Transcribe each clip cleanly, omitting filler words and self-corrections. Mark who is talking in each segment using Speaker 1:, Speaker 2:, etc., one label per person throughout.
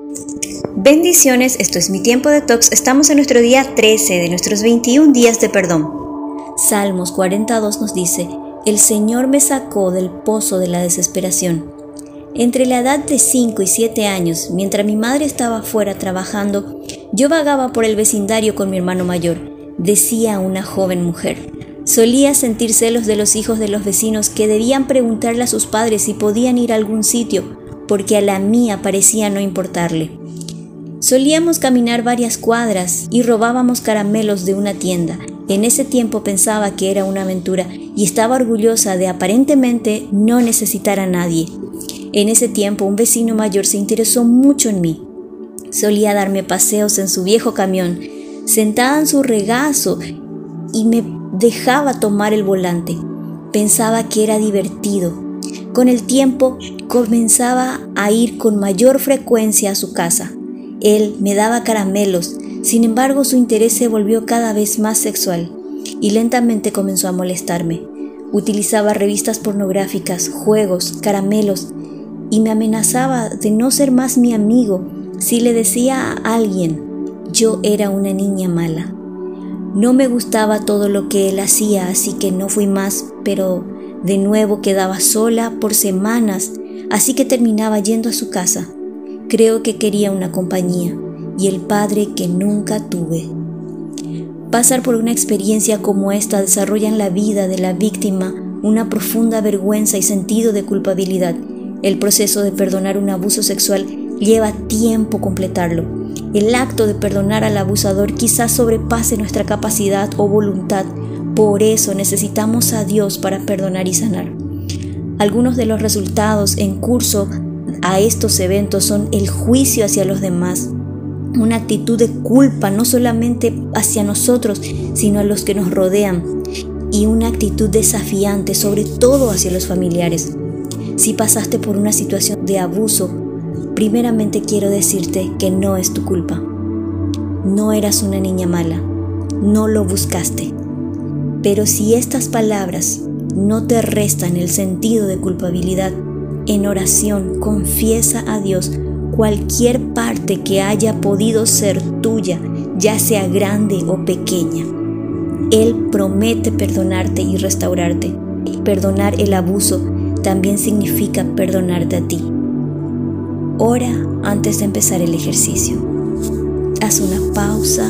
Speaker 1: Bendiciones, esto es Mi Tiempo Detox. Estamos en nuestro día 13 de nuestros 21 días de perdón. Salmos 42 nos dice: El Señor me sacó del pozo de la desesperación. Entre la edad de 5 y 7 años, mientras mi madre estaba afuera trabajando, yo vagaba por el vecindario con mi hermano mayor, decía una joven mujer. Solía sentir celos de los hijos de los vecinos que debían preguntarle a sus padres si podían ir a algún sitio, porque a la mía parecía no importarle. Solíamos caminar varias cuadras y robábamos caramelos de una tienda. En ese tiempo pensaba que era una aventura y estaba orgullosa de aparentemente no necesitar a nadie. En ese tiempo un vecino mayor se interesó mucho en mí. Solía darme paseos en su viejo camión, sentada en su regazo, y me dejaba tomar el volante. Pensaba que era divertido. Con el tiempo comenzaba a ir con mayor frecuencia a su casa. Él me daba caramelos, sin embargo su interés se volvió cada vez más sexual y lentamente comenzó a molestarme. Utilizaba revistas pornográficas, juegos, caramelos y me amenazaba de no ser más mi amigo si le decía a alguien: yo era una niña mala. No me gustaba todo lo que él hacía, así que no fui más, pero de nuevo quedaba sola por semanas, así que terminaba yendo a su casa. Creo que quería una compañía y el padre que nunca tuve. Pasar por una experiencia como esta desarrolla en la vida de la víctima una profunda vergüenza y sentido de culpabilidad. El proceso de perdonar un abuso sexual lleva tiempo completarlo. El acto de perdonar al abusador quizás sobrepase nuestra capacidad o voluntad. Por eso necesitamos a Dios para perdonar y sanar. Algunos de los resultados en curso a estos eventos son el juicio hacia los demás, una actitud de culpa no solamente hacia nosotros, sino a los que nos rodean, y una actitud desafiante, sobre todo hacia los familiares. Si pasaste por una situación de abuso, primeramente quiero decirte que no es tu culpa. No eras una niña mala, no lo buscaste. Pero si estas palabras no te restan el sentido de culpabilidad, en oración confiesa a Dios cualquier parte que haya podido ser tuya, ya sea grande o pequeña. Él promete perdonarte y restaurarte. Perdonar el abuso también significa perdonarte a ti. Ora antes de empezar el ejercicio. Haz una pausa.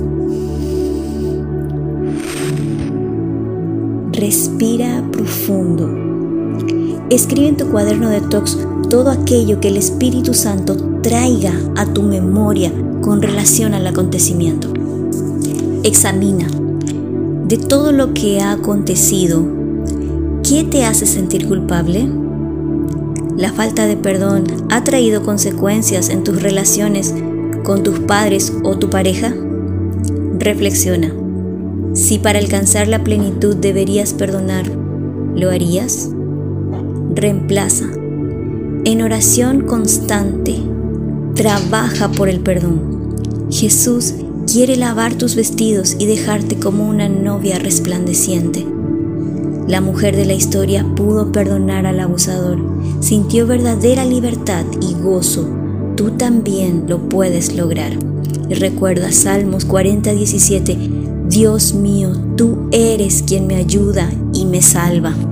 Speaker 1: Respira profundo. Escribe en tu cuaderno de detox todo aquello que el Espíritu Santo traiga a tu memoria con relación al acontecimiento. Examina de todo lo que ha acontecido. ¿Qué te hace sentir culpable? ¿La falta de perdón ha traído consecuencias en tus relaciones con tus padres o tu pareja? Reflexiona. Si para alcanzar la plenitud deberías perdonar, ¿lo harías? Reemplaza. En oración constante, trabaja por el perdón. Jesús quiere lavar tus vestidos y dejarte como una novia resplandeciente. La mujer de la historia pudo perdonar al abusador, sintió verdadera libertad y gozo. Tú también lo puedes lograr. Y recuerda Salmos 40:17: Dios mío, tú eres quien me ayuda y me salva.